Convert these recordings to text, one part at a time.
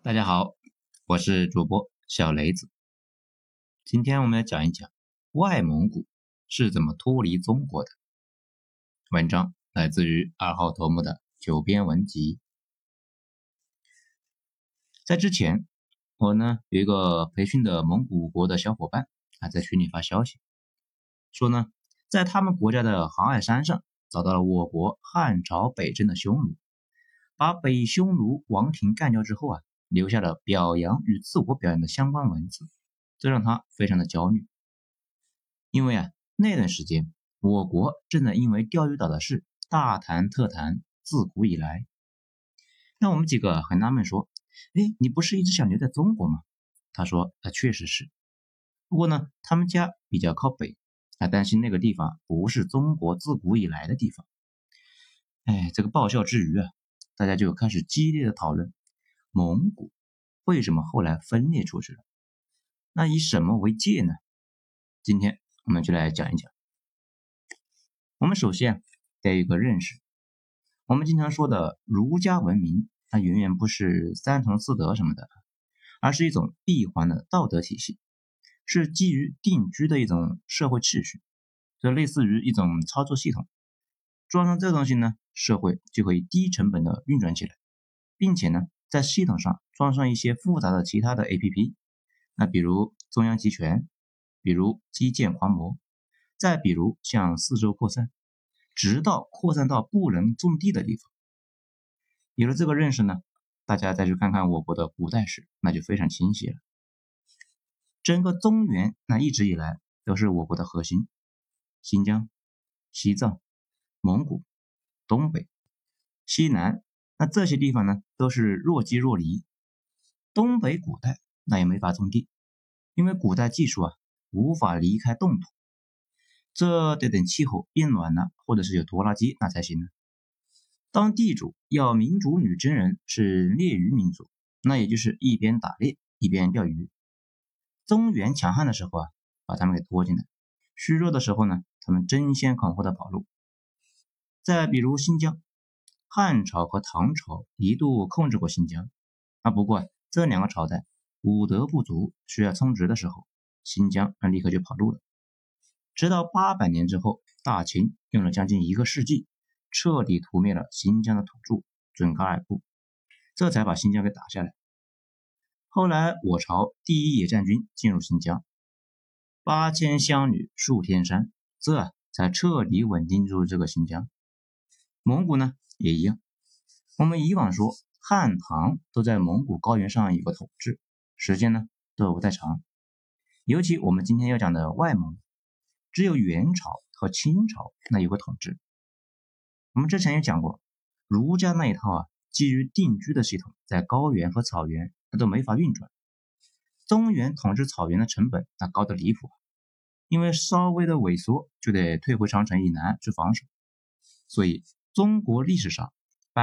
大家好，我是主播小雷子。今天我们来讲一讲外蒙古是怎么脱离中国的。文章来自于2号头目的九编文集。在之前，我有一个培训的蒙古国的小伙伴在群里发消息，说在他们国家的杭爱山上找到了我国汉朝北征的匈奴，把北匈奴王庭干掉之后留下了表扬与自我表扬的相关文字，这让他非常的焦虑。因为那段时间我国正在因为钓鱼岛的事大谈特谈，自古以来。那我们几个很纳闷说，你不是一直想留在中国吗？他说确实是，不过他们家比较靠北，担心那个地方不是中国自古以来的地方。这个爆笑之余大家就开始激烈的讨论蒙古为什么后来分裂出去了？那以什么为界呢？今天我们就来讲一讲。我们首先得有一个认识，我们经常说的儒家文明，它远远不是三从四德什么的，而是一种闭环的道德体系，是基于定居的一种社会秩序，这类似于一种操作系统。装上这东西社会就可以低成本的运转起来，并且在系统上装上一些复杂的其他的 APP， 比如中央集权，比如基建狂魔，再比如向四周扩散，直到扩散到不能种地的地方。有了这个认识大家再去看看我国的古代史，那就非常清晰了。整个中原一直以来都是我国的核心，新疆、西藏、蒙古、东北、西南，这些地方都是若即若离。东北古代也没法种地，因为古代技术无法离开冻土，这得等气候变暖了，或者是有拖拉机才行呢。当地主要民主女真人是猎渔民族，那也就是一边打猎一边钓鱼。中原强悍的时候把他们给拖进来，虚弱的时候他们争先恐后的跑路。再比如新疆，汉朝和唐朝一度控制过新疆，不过这两个朝代武德不足，需要充值的时候，新疆立刻就跑路了。直到800年之后，大清用了将近1个世纪，彻底屠灭了新疆的土著准噶尔部，这才把新疆给打下来。后来我朝第一野战军进入新疆，8000乡女数天山，这才彻底稳定住这个新疆。蒙古也一样，我们以往说汉唐都在蒙古高原上有个统治，时间都不太长。尤其我们今天要讲的外蒙，只有元朝和清朝有个统治。我们之前也讲过，儒家那一套基于定居的系统，在高原和草原都没法运转。中原统治草原的成本高得离谱，因为稍微的萎缩就得退回长城以南去防守。所以中国历史上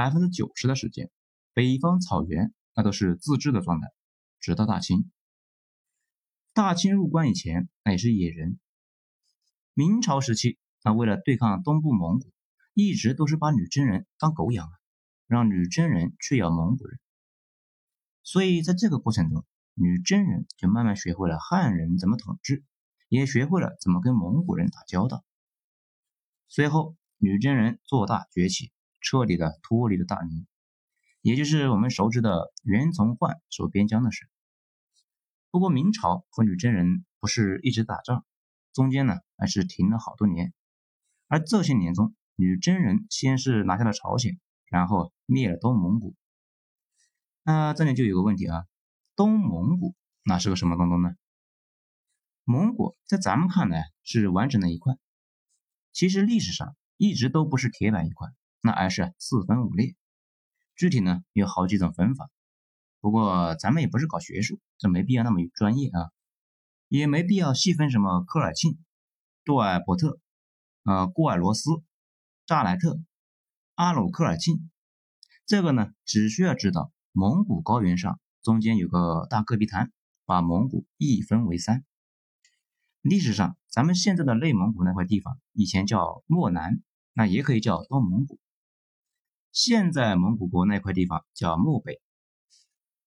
90%的时间，北方草原都是自治的状态，直到大清。大清入关以前也是野人。明朝时期为了对抗东部蒙古，一直都是把女真人当狗养，让女真人去咬蒙古人。所以在这个过程中，女真人就慢慢学会了汉人怎么统治，也学会了怎么跟蒙古人打交道。随后女真人做大崛起，彻底的脱离了大明，也就是我们熟知的袁崇焕守边疆的事。不过明朝和女真人不是一直打仗，中间还是停了好多年。而这些年中，女真人先是拿下了朝鲜，然后灭了东蒙古。那这里就有个问题东蒙古那是个什么东东呢？蒙古在咱们看来是完整的一块，其实历史上一直都不是铁板一块，而是4分5裂。具体有好几种分法，不过咱们也不是搞学术，这没必要那么专业也没必要细分什么科尔沁、杜尔伯特、郭尔罗斯、扎莱特、阿鲁科尔沁。这个只需要知道蒙古高原上中间有个大戈壁滩，把蒙古一分为3。历史上咱们现在的内蒙古那块地方以前叫漠南，也可以叫东蒙古。现在蒙古国那块地方叫漠北。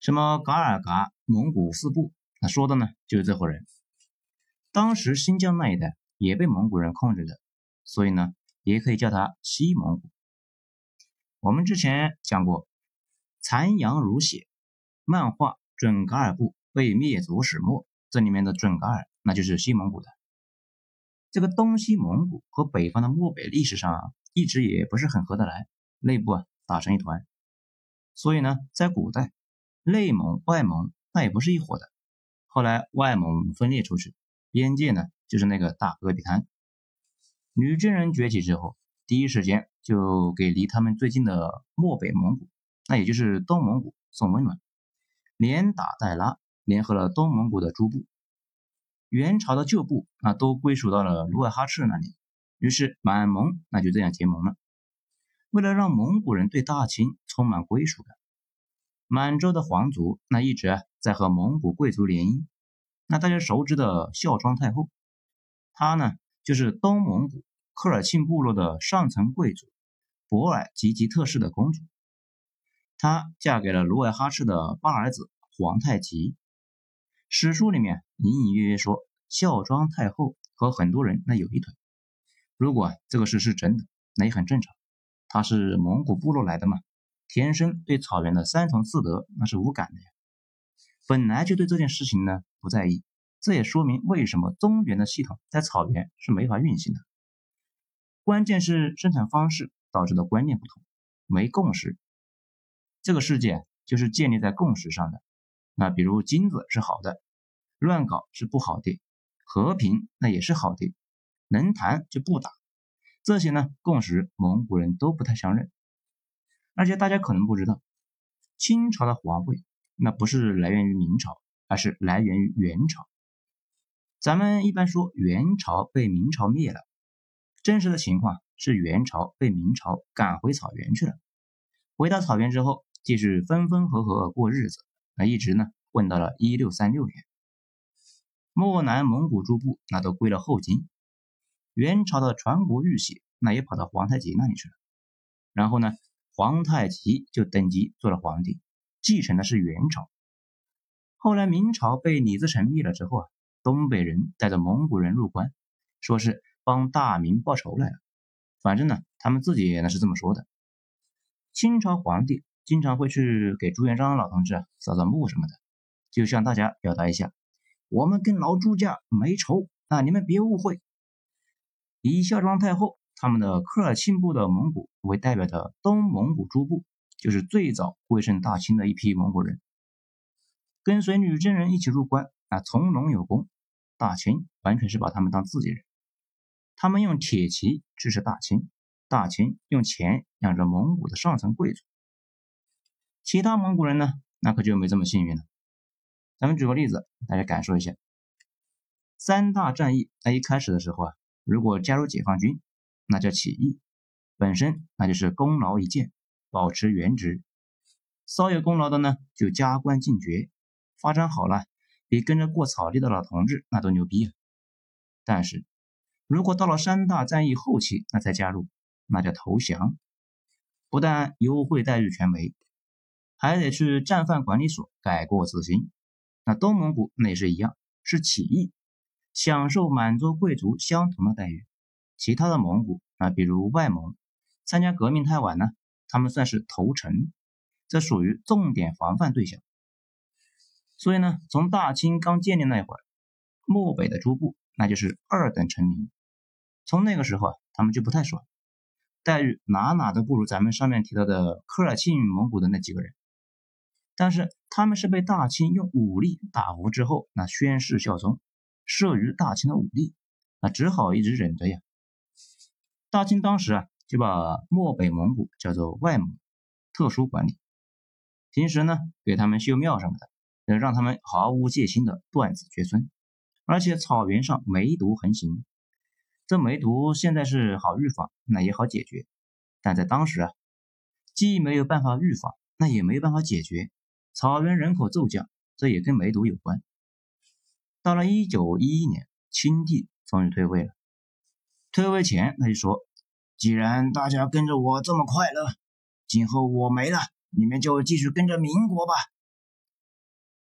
什么噶尔嘎蒙古四部，那说的呢就是这伙人。当时新疆那一带也被蒙古人控制着，所以呢也可以叫它西蒙古。我们之前讲过残阳如血漫画准噶尔部被灭族始末，这里面的准噶尔那就是西蒙古的。这个东西蒙古和北方的漠北历史上一直也不是很合得来，内部打成一团。所以呢在古代内蒙外蒙那也不是一伙的，后来外蒙分裂出去，边界呢就是那个大戈壁滩。女真人崛起之后，第一时间就给离他们最近的漠北蒙古，那也就是东蒙古送温暖，连打带拉联合了东蒙古的诸部。元朝的旧部那都归属到了努尔哈赤那里，于是满蒙那就这样结盟了。为了让蒙古人对大清充满归属感，满洲的皇族那一直在和蒙古贵族联姻。那大家熟知的孝庄太后，她呢就是东蒙古科尔沁部落的上层贵族博尔济吉特氏的公主，她嫁给了努尔哈赤的八儿子皇太极。史书里面隐隐约约说孝庄太后和很多人那有一腿，如果这个事是真的，那也很正常，她是蒙古部落来的嘛，天生对草原的三从四德那是无感的呀，本来就对这件事情呢不在意，这也说明为什么中原的系统在草原是没法运行的。关键是生产方式导致的观念不同，没共识。这个世界就是建立在共识上的。那比如金子是好的，乱搞是不好的，和平那也是好的，能谈就不打，这些呢共识蒙古人都不太相认。而且大家可能不知道，清朝的皇位那不是来源于明朝，而是来源于元朝。咱们一般说元朝被明朝灭了，真实的情况是元朝被明朝赶回草原去了，回到草原之后继续分分合合过日子，那一直呢混到了1636年。漠南蒙古诸部那都归了后金，元朝的传国玉玺那也跑到皇太极那里去了。然后呢皇太极就登基做了皇帝，继承的是元朝。后来明朝被李自成灭了之后东北人带着蒙古人入关，说是帮大明报仇来了，反正呢他们自己那是这么说的。清朝皇帝经常会去给朱元璋老同志扫扫墓什么的，就向大家表达一下，我们跟老朱家没仇，你们别误会。以孝庄太后他们的科尔沁部的蒙古为代表的东蒙古诸部，就是最早归顺大清的一批蒙古人，跟随女真人一起入关，从龙有功，大清完全是把他们当自己人。他们用铁骑支持大清，大清用钱养着蒙古的上层贵族。其他蒙古人呢，那可就没这么幸运了。咱们举个例子，大家感受一下。三大战役一开始的时候如果加入解放军，那叫起义，本身那就是功劳一件，保持原职。稍有功劳的呢，就加官进爵，发展好了，比跟着过草地的老同志那都牛逼。但是如果到了三大战役后期那才加入，那叫投降，不但优惠待遇全没，还得去战犯管理所改过自新。那东蒙古那也是一样，是起义，享受满洲贵族相同的待遇。其他的蒙古比如外蒙参加革命太晚呢，他们算是投诚，这属于重点防范对象。所以呢，从大清刚建立那会儿，漠北的诸部那就是二等臣民。从那个时候他们就不太爽，待遇哪都不如咱们上面提到的科尔沁蒙古的那几个人。但是他们是被大清用武力打服之后，那宣誓效忠，慑于大清的武力，只好一直忍着呀。大清当时就把漠北蒙古叫做外蒙，特殊管理。平时呢给他们修庙什么的，让他们毫无戒心的断子绝孙，而且草原上梅毒横行。这梅毒现在是好预防，那也好解决，但在当时既没有办法预防，那也没有办法解决，草原人口骤降，这也跟梅毒有关。到了1911年，清帝终于退位了。退位前他就说，既然大家跟着我这么快乐，今后我没了，你们就继续跟着民国吧。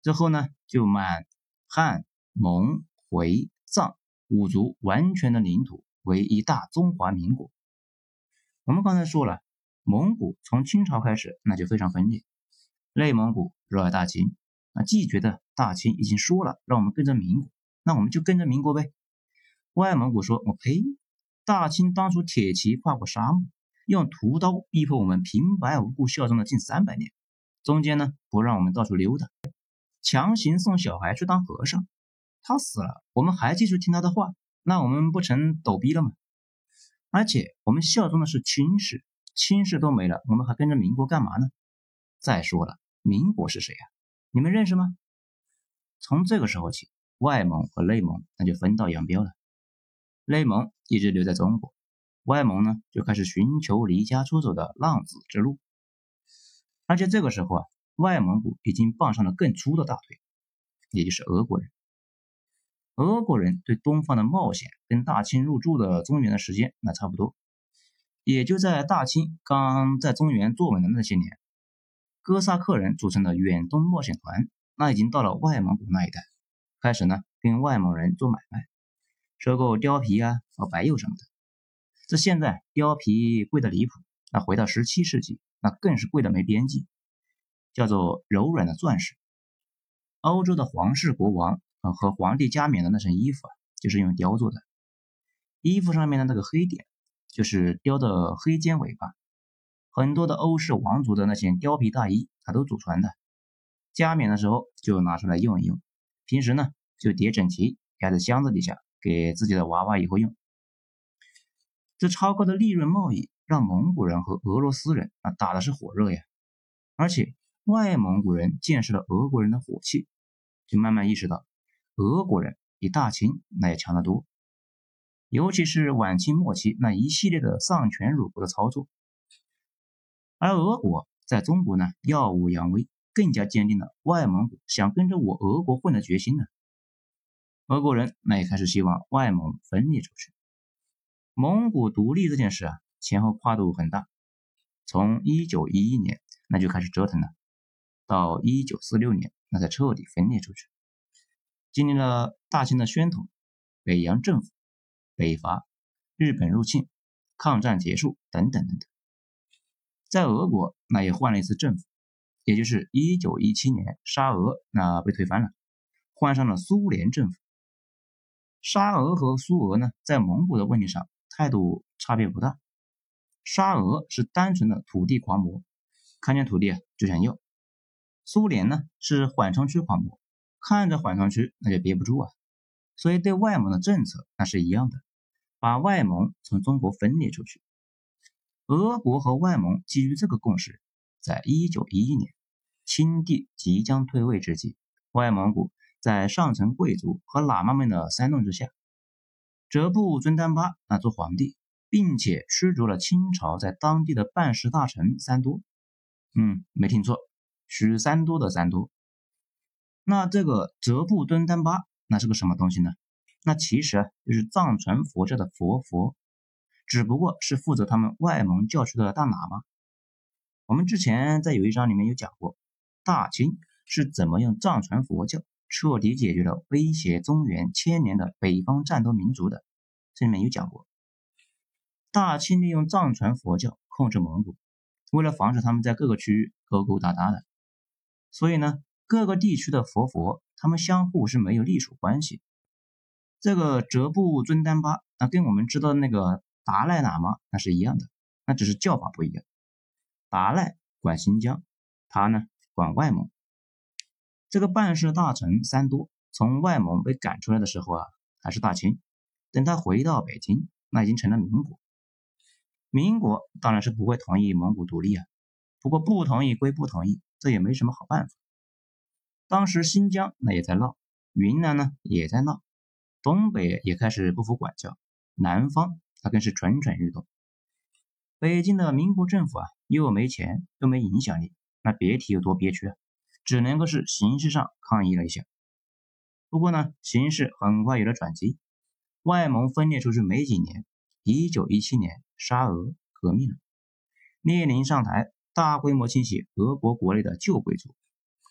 之后呢，就满、汉、蒙、回、藏五族完全的领土为一大中华民国。我们刚才说了，蒙古从清朝开始那就非常分裂，内蒙古热爱大清，既觉得大清已经说了让我们跟着民国，那我们就跟着民国呗。外蒙古说我呸，大清当初铁骑跨过沙漠，用屠刀逼迫我们平白无故效忠了近300年，中间呢不让我们到处溜达，强行送小孩去当和尚，他死了我们还继续听他的话，那我们不成逗逼了吗？而且我们效忠的是清室，清室都没了，我们还跟着民国干嘛呢？再说了，民国是谁啊？你们认识吗？从这个时候起，外蒙和内蒙那就分道扬镳了。内蒙一直留在中国，外蒙呢就开始寻求离家出走的浪子之路。而且这个时候外蒙古已经傍上了更粗的大腿，也就是俄国人。俄国人对东方的冒险跟大清入驻的中原的时间那差不多，也就在大清刚在中原坐稳的那些年，哥萨克人组成的远东冒险团那已经到了外蒙古那一带，开始呢跟外蒙人做买卖，收购貂皮和白釉什么的。这现在貂皮贵得离谱，那回到17世纪那更是贵得没边际，叫做柔软的钻石。欧洲的皇室国王和皇帝加冕的那身衣服就是用貂做的，衣服上面的那个黑点就是貂的黑尖尾巴，很多的欧式王族的那些貂皮大衣它都祖传的，加冕的时候就拿出来用一用，平时呢就叠整齐压在箱子底下给自己的娃娃以后用。这超高的利润贸易让蒙古人和俄罗斯人打的是火热呀，而且外蒙古人见识了俄国人的火气，就慢慢意识到俄国人比大清那也强得多，尤其是晚清末期那一系列的丧权辱国的操作。而俄国在中国呢耀武扬威，更加坚定了外蒙古想跟着我俄国混的决心呢。俄国人那也开始希望外蒙分裂出去。蒙古独立这件事前后跨度很大，从1911年那就开始折腾了，到1946年那才彻底分裂出去。经历了大清的宣统、北洋政府、北伐、日本入侵、抗战结束等等等等。在俄国那也换了一次政府，也就是1917年沙俄那被推翻了，换上了苏联政府。沙俄和苏俄呢在蒙古的问题上态度差别不大，沙俄是单纯的土地狂魔，看见土地就想要。苏联呢是缓冲区狂魔，看着缓冲区那就憋不住所以对外蒙的政策那是一样的，把外蒙从中国分裂出去。俄国和外蒙基于这个共识，在1911年清帝即将退位之际，外蒙古在上层贵族和喇嘛们的煽动之下，哲布尊丹巴做皇帝，并且驱逐了清朝在当地的办事大臣三多。没听错，许三多的三多。那这个哲布尊丹巴那是个什么东西呢？那其实就是藏传佛教的佛，只不过是负责他们外蒙教区的大喇嘛。我们之前在有一章里面有讲过，大清是怎么用藏传佛教彻底解决了威胁中原1000年的北方战斗民族的，这里面有讲过。大清利用藏传佛教控制蒙古，为了防止他们在各个区域勾勾搭搭的，所以呢各个地区的佛他们相互是没有隶属关系。这个哲布尊丹巴跟我们知道的那个达赖喇嘛那是一样的，那只是叫法不一样。达赖管新疆，他呢管外蒙。这个办事大臣三多从外蒙被赶出来的时候还是大清，等他回到北京那已经成了民国。民国当然是不会同意蒙古独立不过不同意归不同意，这也没什么好办法。当时新疆那也在闹，云南呢也在闹，东北也开始不服管教，南方它更是蠢蠢欲动。北京的民国政府又没钱又没影响力，那别提有多憋屈只能够是形式上抗议了一下。不过呢形势很快有了转机，外蒙分裂出去没几年，1917年沙俄革命了，列宁上台，大规模清洗俄国国内的旧贵族。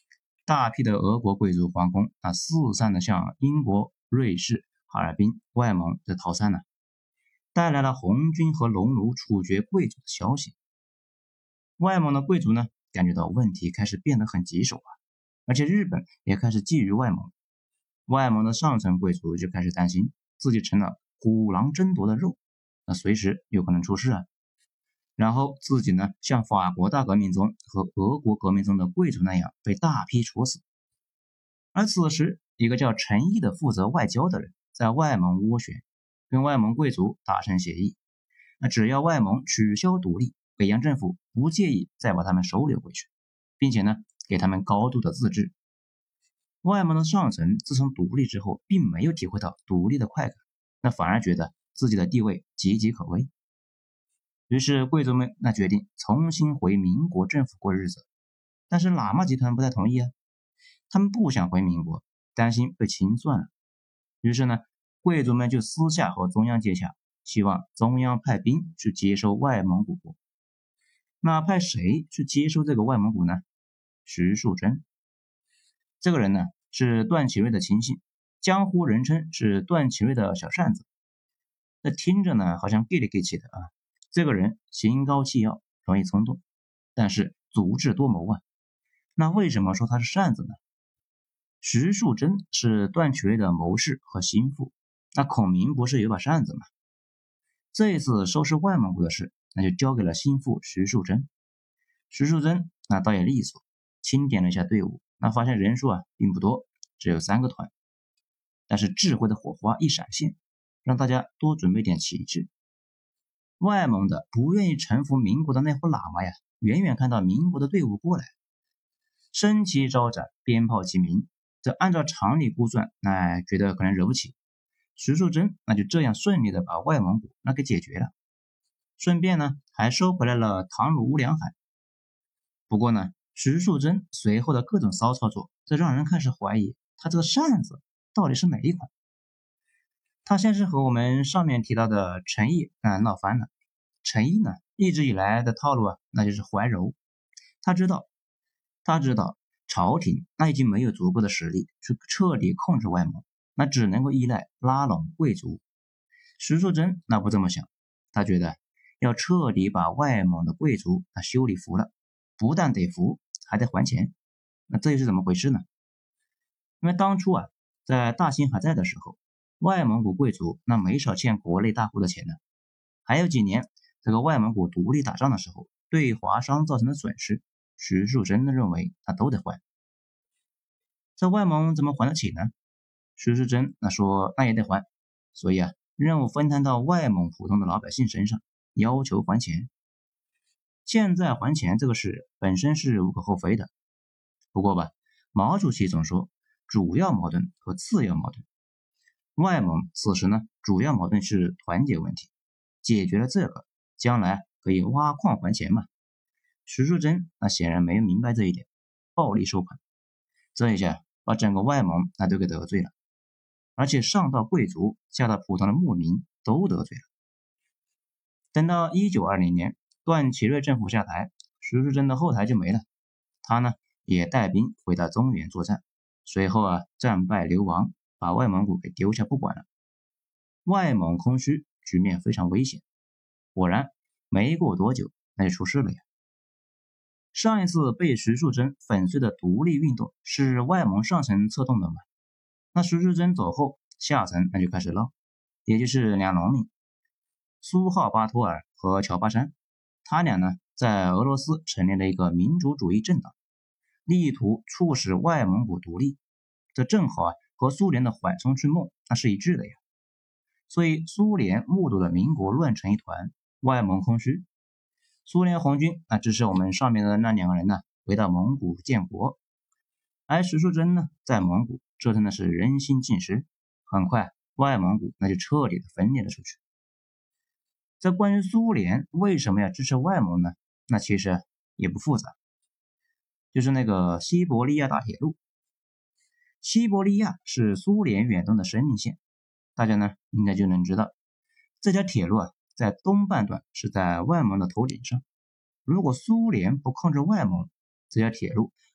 大批的俄国贵族皇宫四散的向英国、瑞士、哈尔滨、外蒙的逃散带来了红军和农奴处决贵族的消息。外蒙的贵族呢，感觉到问题开始变得很棘手而且日本也开始觊觎外蒙。外蒙的上层贵族就开始担心自己成了虎狼争夺的肉，随时有可能出事然后自己呢，像法国大革命中和俄国革命中的贵族那样被大批处死。而此时，一个叫陈毅的负责外交的人在外蒙斡旋，跟外蒙贵族达成协议，只要外蒙取消独立，北洋政府不介意再把他们收留回去，并且呢，给他们高度的自治。外蒙的上层自从独立之后，并没有体会到独立的快感，反而觉得自己的地位岌岌可危。于是贵族们决定重新回民国政府过日子，但是喇嘛集团不太同意他们不想回民国，担心被清算了。于是呢，贵族们就私下和中央接洽，希望中央派兵去接收外蒙古国。那派谁去接收这个外蒙古呢？徐树铮。这个人呢是段祺瑞的亲信，江湖人称是段祺瑞的小扇子。这听着呢好像 gay 里 gay 气的这个人心高气傲，容易冲动，但是足智多谋那为什么说他是扇子呢？徐树铮是段祺瑞的谋士和心腹，那孔明不是有把扇子吗？这一次收拾外蒙古的事，那就交给了心腹徐树铮。徐树铮倒也利索，清点了一下队伍，发现人数并不多，只有3个团。但是智慧的火花一闪现，让大家多准备点旗帜。外蒙的不愿意臣服民国的那伙喇嘛远远看到民国的队伍过来，升旗招展，鞭炮齐鸣，这按照常理估算，觉得可能惹不起。徐树铮就这样顺利的把外蒙古给解决了，顺便呢还收回来了唐努乌梁海。不过呢，徐树铮随后的各种骚操作，这让人开始怀疑他这个扇子到底是哪一款。他先是和我们上面提到的陈毅闹翻了。陈毅呢一直以来的套路那就是怀柔。他知道朝廷已经没有足够的实力去彻底控制外蒙，只能够依赖拉拢贵族。徐树铮不这么想，他觉得要彻底把外蒙的贵族修理服了，不但得服，还得还钱。这又是怎么回事呢？因为当初在大兴还在的时候，外蒙古贵族没少欠国内大户的钱呢。还有几年这个外蒙古独立打仗的时候，对华商造成的损失，徐树铮认为都得还。这外蒙怎么还得起呢？徐树铮说也得还，所以任务分摊到外蒙普通的老百姓身上，要求还钱。欠债还钱这个事本身是无可厚非的，不过毛主席总说主要矛盾和次要矛盾。外蒙此时呢主要矛盾是团结问题，解决了这个，将来可以挖矿还钱嘛。徐树铮显然没有明白这一点，暴力收款，这一下把整个外蒙都给得罪了，而且上到贵族，下到普通的牧民都得罪了。等到1920年段祺瑞政府下台，徐树铮的后台就没了，他呢也带兵回到中原作战，随后战败流亡，把外蒙古给丢下不管了。外蒙空虚，局面非常危险。果然没过多久就出事了呀。上一次被徐树铮粉碎的独立运动是外蒙上层策动的嘛？徐树铮走后，下层就开始闹，也就是两农民苏浩巴托尔和乔巴山，他俩呢在俄罗斯成立了一个民主主义政党，力图促使外蒙古独立。这正好和苏联的缓冲区梦是一致的呀。所以苏联目睹了民国乱成一团，外蒙空虚，苏联红军支持我们上面的那2个人回到蒙古建国。而徐树铮呢在蒙古折腾的是人心尽失，很快外蒙古就彻底的分裂了出去。这关于苏联为什么要支持外蒙呢？其实也不复杂，就是那个西伯利亚大铁路。西伯利亚是苏联远东的生命线，大家呢应该就能知道，这条铁路在东半段是在外蒙的头顶上。如果苏联不控制外蒙，这条铁路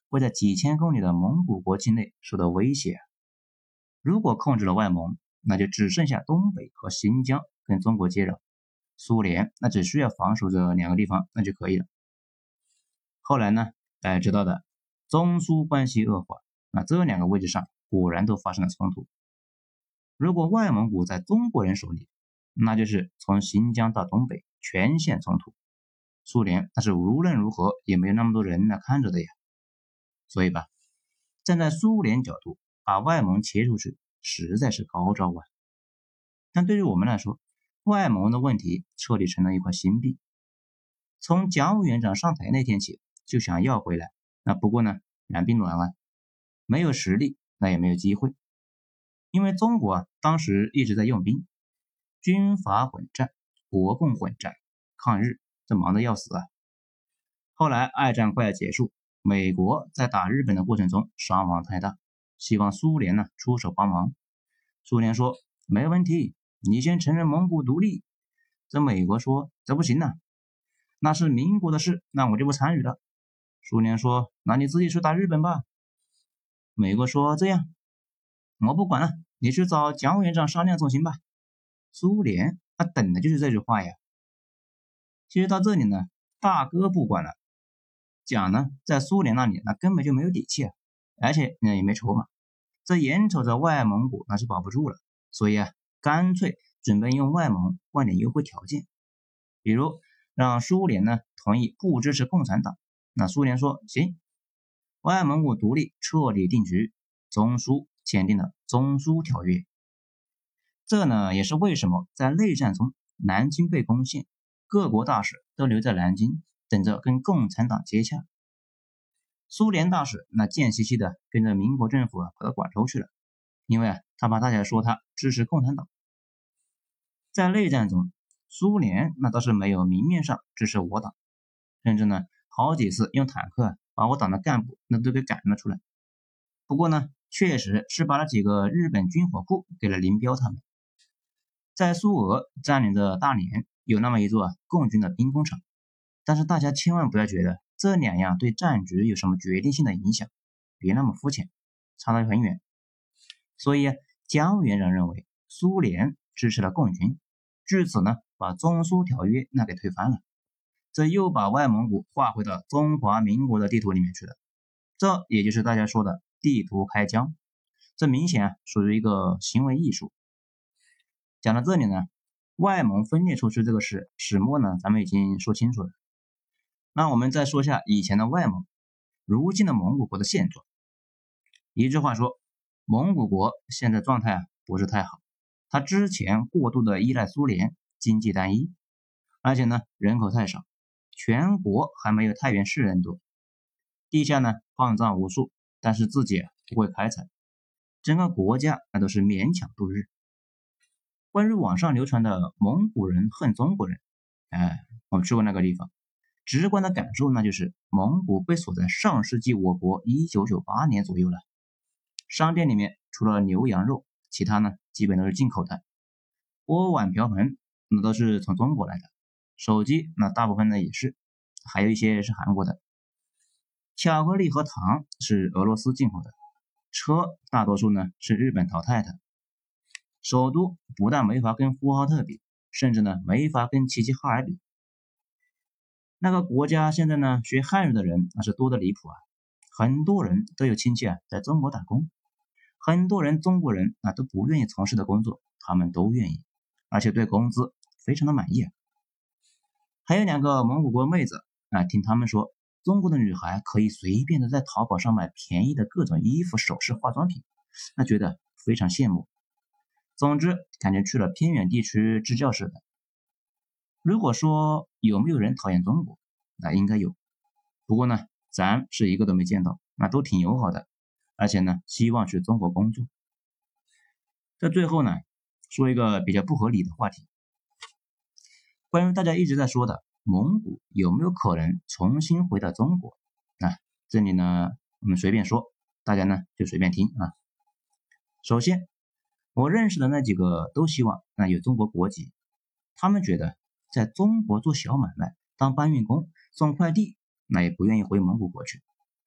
会在几千公里的蒙古国境内受到威胁啊。如果控制了外蒙，那就只剩下东北和新疆跟中国接壤，苏联那只需要防守这2个地方那就可以了。后来呢，大家知道的，中苏关系恶化，那这2个位置上果然都发生了冲突。如果外蒙古在中国人手里，那就是从新疆到东北全线冲突，苏联那是无论如何也没有那么多人来看着的呀。所以吧，站在苏联角度，把外蒙切出去实在是高招啊。但对于我们来说，外蒙的问题彻底成了一块心病。从蒋委员长上台那天起就想要回来，那不过呢，软并软啊，没有实力，那也没有机会。因为中国当时一直在用兵，军阀混战，国共混战，抗日，这忙得要死啊。后来二战快要结束，美国在打日本的过程中伤亡太大，希望苏联呢出手帮忙。苏联说没问题，你先承认蒙古独立。这美国说这不行啊，那是民国的事，那我就不参与了。苏联说那你自己去打日本吧。美国说这样，我不管了，你去找蒋委员长商量总行吧。苏联他等的就是这句话呀。其实到这里呢，大哥不管了，蒋呢在苏联那里那根本就没有底气啊，而且也没筹码，这眼瞅着外蒙古那是保不住了，所以干脆准备用外蒙换点优惠条件，比如让苏联呢同意不支持共产党。那苏联说行，外蒙古独立彻底定局，中苏签订了中苏条约。这呢也是为什么在内战中南京被攻陷，各国大使都留在南京等着跟共产党接洽。苏联大使那贱兮兮的跟着民国政府跑到广州去了，因为他怕大家说他支持共产党。在内战中，苏联那倒是没有明面上支持我党，甚至呢好几次用坦克把我党的干部那都给赶了出来。不过呢，确实是把了几个日本军火库给了林彪他们。在苏俄占领的大连有那么一座共军的兵工厂，但是大家千万不要觉得这2样对战局有什么决定性的影响，别那么肤浅，差得很远。所以蒋委员长认为苏联支持了共军，据此呢把中苏条约那给推翻了，这又把外蒙古划回到中华民国的地图里面去了，这也就是大家说的地图开疆，这明显属于一个行为艺术。讲到这里呢，外蒙分裂出去这个事始末呢咱们已经说清楚了。那我们再说下以前的外蒙，如今的蒙古国的现状。一句话说，蒙古国现在状态不是太好，它之前过度的依赖苏联，经济单一，而且呢人口太少，全国还没有太原市人多，地下呢矿藏无数，但是自己不会开采，整个国家那都是勉强度日。关于网上流传的蒙古人恨中国人，我们去过那个地方，直观的感受那就是蒙古被锁在上世纪我国1998年左右了。商店里面除了牛羊肉，其他呢基本都是进口的，锅碗瓢盆那都是从中国来的，手机那大部分呢也是，还有一些是韩国的，巧克力和糖是俄罗斯进口的，车大多数呢是日本淘汰的。首都不但没法跟呼和浩特比，甚至呢没法跟齐齐哈尔比。那个国家现在呢学汉语的人那是多得离谱啊，很多人都有亲戚在中国打工，很多人中国人都不愿意从事的工作他们都愿意，而且对工资非常的满意。还有2个蒙古国妹子听他们说，中国的女孩可以随便的在淘宝上买便宜的各种衣服、首饰、化妆品，那觉得非常羡慕。总之感觉去了偏远地区支教似的。如果说有没有人讨厌中国，那应该有，不过呢咱是一个都没见到，那都挺友好的，而且呢希望去中国工作。在最后呢说一个比较不合理的话题，关于大家一直在说的蒙古有没有可能重新回到中国，这里呢我们随便说，大家呢就随便听啊。首先我认识的那几个都希望有中国国籍，他们觉得在中国做小买卖，当搬运工、送快递，那也不愿意回蒙古国去。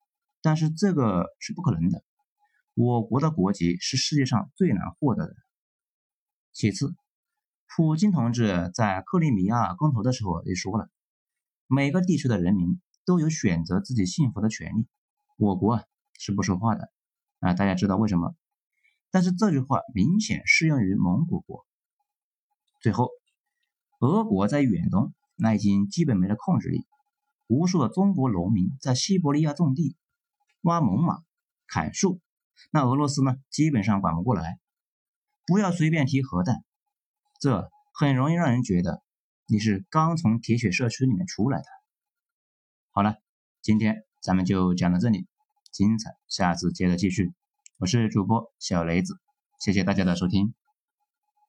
但是这个是不可能的，我国的国籍是世界上最难获得的。其次，普京同志在克里米亚公投的时候也说了，每个地区的人民都有选择自己幸福的权利，我国是不说话的大家知道为什么？但是这句话明显适用于蒙古国。最后，俄国在远东已经基本没了控制力，无数的中国农民在西伯利亚种地、挖猛犸、砍树，那俄罗斯基本上管不过来。不要随便提核弹，这很容易让人觉得你是刚从铁血社区里面出来的。好了，今天咱们就讲到这里，精彩下次接着继续。我是主播小雷子，谢谢大家的收听。